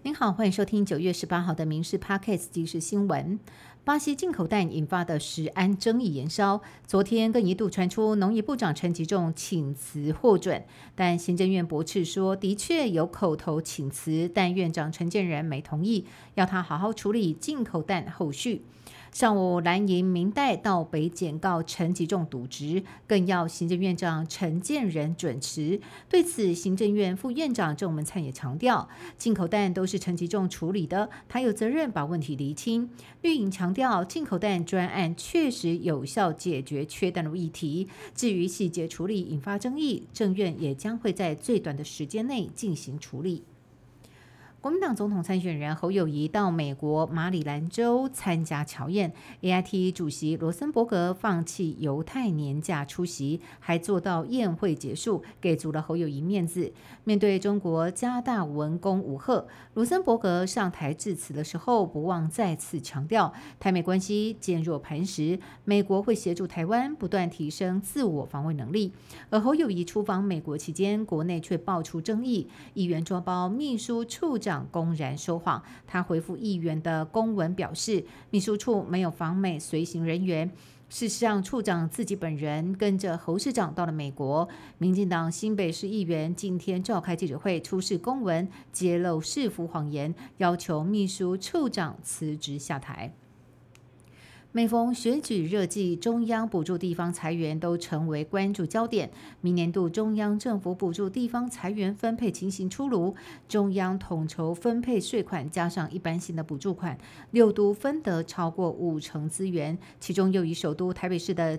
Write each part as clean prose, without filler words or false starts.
您好，欢迎收听9月18号的民事 Podcast 即时新闻。巴西进口蛋引发的食安争议延烧，昨天更一度传出农业部长陈吉仲请辞获准，但行政院驳斥说的确有口头请辞，但院长陈建仁没同意，要他好好处理进口蛋后续。上午蓝营民代到北检告陈吉仲渎职，更要行政院长陈建仁准辞。对此，行政院副院长郑文灿也强调，进口蛋都是陈吉仲处理的，他有责任把问题厘清。绿营强调，进口蛋专案确实有效解决缺蛋的议题，至于细节处理引发争议，政院也将会在最短的时间内进行处理。国民党总统参选人侯友宜到美国马里兰州参加侨宴 ，AIT 主席罗森伯格放弃犹太年假出席，还做到宴会结束，给足了侯友宜面子。面对中国加大文攻武吓，罗森伯格上台致辞的时候，不忘再次强调，台美关系坚若磐石，美国会协助台湾不断提升自我防卫能力。而侯友宜出访美国期间，国内却爆出争议，议员抓包秘书处长公然说谎，他回复议员的公文表示，秘书处没有访美随行人员。事实上，处长自己本人跟着侯市长到了美国。民进党新北市议员今天召开记者会，出示公文，揭露市府谎言，要求秘书处长辞职下台。每逢选举热季，中央补助地方财源都成为关注焦点。明年度中央政府补助地方财源分配情形出炉，中央统筹分配税款加上一般性的补助款，6都分得超过50%资源，其中又以首都台北市的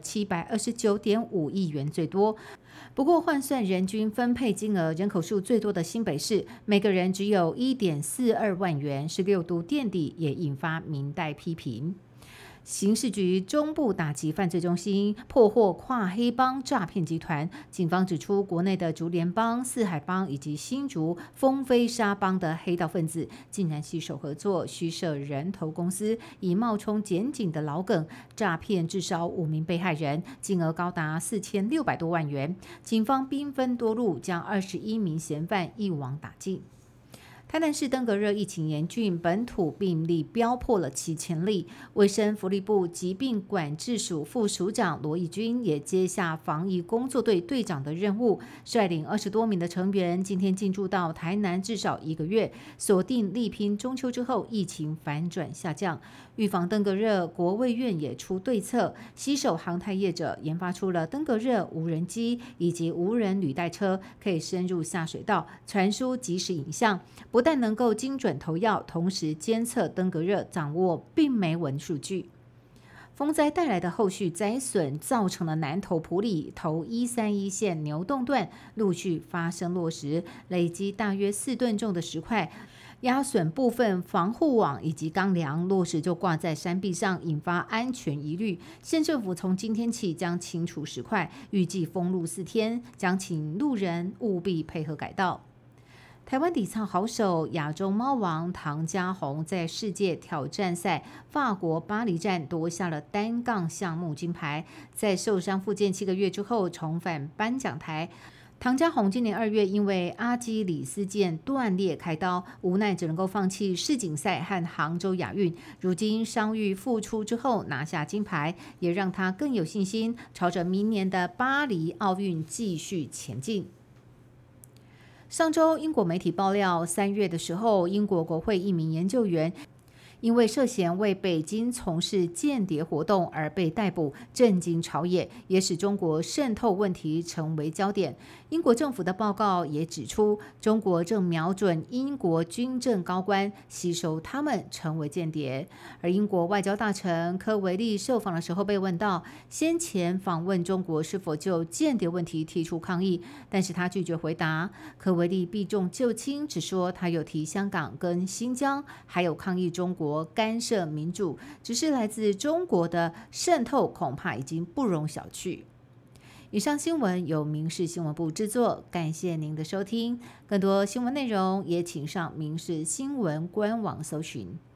729.5亿元最多。不过换算人均分配金额，人口数最多的新北市，每个人只有1.42万元，是6都垫底，也引发民代批评。刑事局中部打击犯罪中心破获跨黑帮诈骗集团，警方指出，国内的竹联帮、四海帮以及新竹风飞沙帮的黑道分子，竟然携手合作，虚设人头公司，以冒充检警的老梗，诈骗至少5名被害人，金额高达4600多万元。警方兵分多路，将21名嫌犯一网打尽。台南市登革热疫情严峻，本土病例飙破了7000例。卫生福利部疾病管制署副署长罗义军也接下防疫工作队队长的任务，率领20多名的成员，今天进驻到台南至少1个月，锁定力拼中秋之后疫情反转下降。预防登革热，国卫院也出对策，携手航太业者研发出了登革热无人机以及无人履带车，可以深入下水道传输即时影像，不但能够精准投药，同时监测登革热，掌握病媒文数据。风灾带来的后续灾损，造成了南投埔里头131线牛洞段陆续发生落石，累积大约4吨重的石块，压损部分防护网以及钢梁，落石就挂在山壁上，引发安全疑虑。县政府从今天起将清除石块，预计封路4天，将请路人务必配合改道。台湾体操好手亚洲猫王唐家宏在世界挑战赛法国巴黎站夺下了单杠项目金牌，在受伤复健7个月之后重返颁奖台。唐家宏今年2月因为阿基里斯腱断裂开刀，无奈只能够放弃世锦赛和杭州亚运。如今伤愈复出之后拿下金牌，也让他更有信心朝着明年的巴黎奥运继续前进。上周，英国媒体爆料，3月的时候，英国国会一名研究员因为涉嫌为北京从事间谍活动而被逮捕，震惊朝野，也使中国渗透问题成为焦点。英国政府的报告也指出，中国正瞄准英国军政高官，吸收他们成为间谍。而英国外交大臣科维利受访的时候被问到，先前访问中国是否就间谍问题提出抗议，但是他拒绝回答。科维利避重就轻，只说他有提香港跟新疆，还有抗议中国干涉民主，只是来自中国的渗透恐怕已经不容小觑。以上新闻由民事新闻部制作，感谢您的收听。更多新闻内容也请上民事新闻官网搜寻。